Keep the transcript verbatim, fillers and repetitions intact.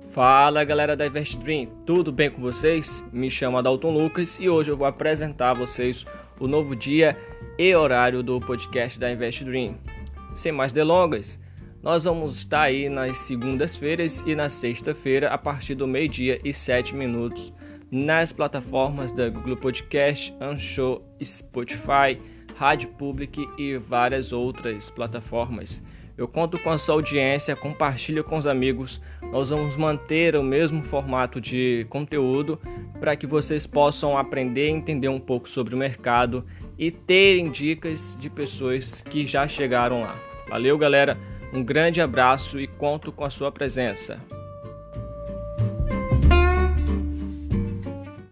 Fala galera da InvestDream, tudo bem com vocês? Me chamo Adalton Lucas e hoje eu vou apresentar a vocês o novo dia e horário do podcast da InvestDream. Sem mais delongas, nós vamos estar aí nas segundas-feiras e na sexta-feira a partir do meio-dia e sete minutos nas plataformas da Google Podcast, Anchor, Spotify, Rádio Public e várias outras plataformas. Eu conto com a sua audiência, compartilha com os amigos. Nós vamos manter o mesmo formato de conteúdo para que vocês possam aprender e entender um pouco sobre o mercado e terem dicas de pessoas que já chegaram lá. Valeu, galera. Um grande abraço e conto com a sua presença.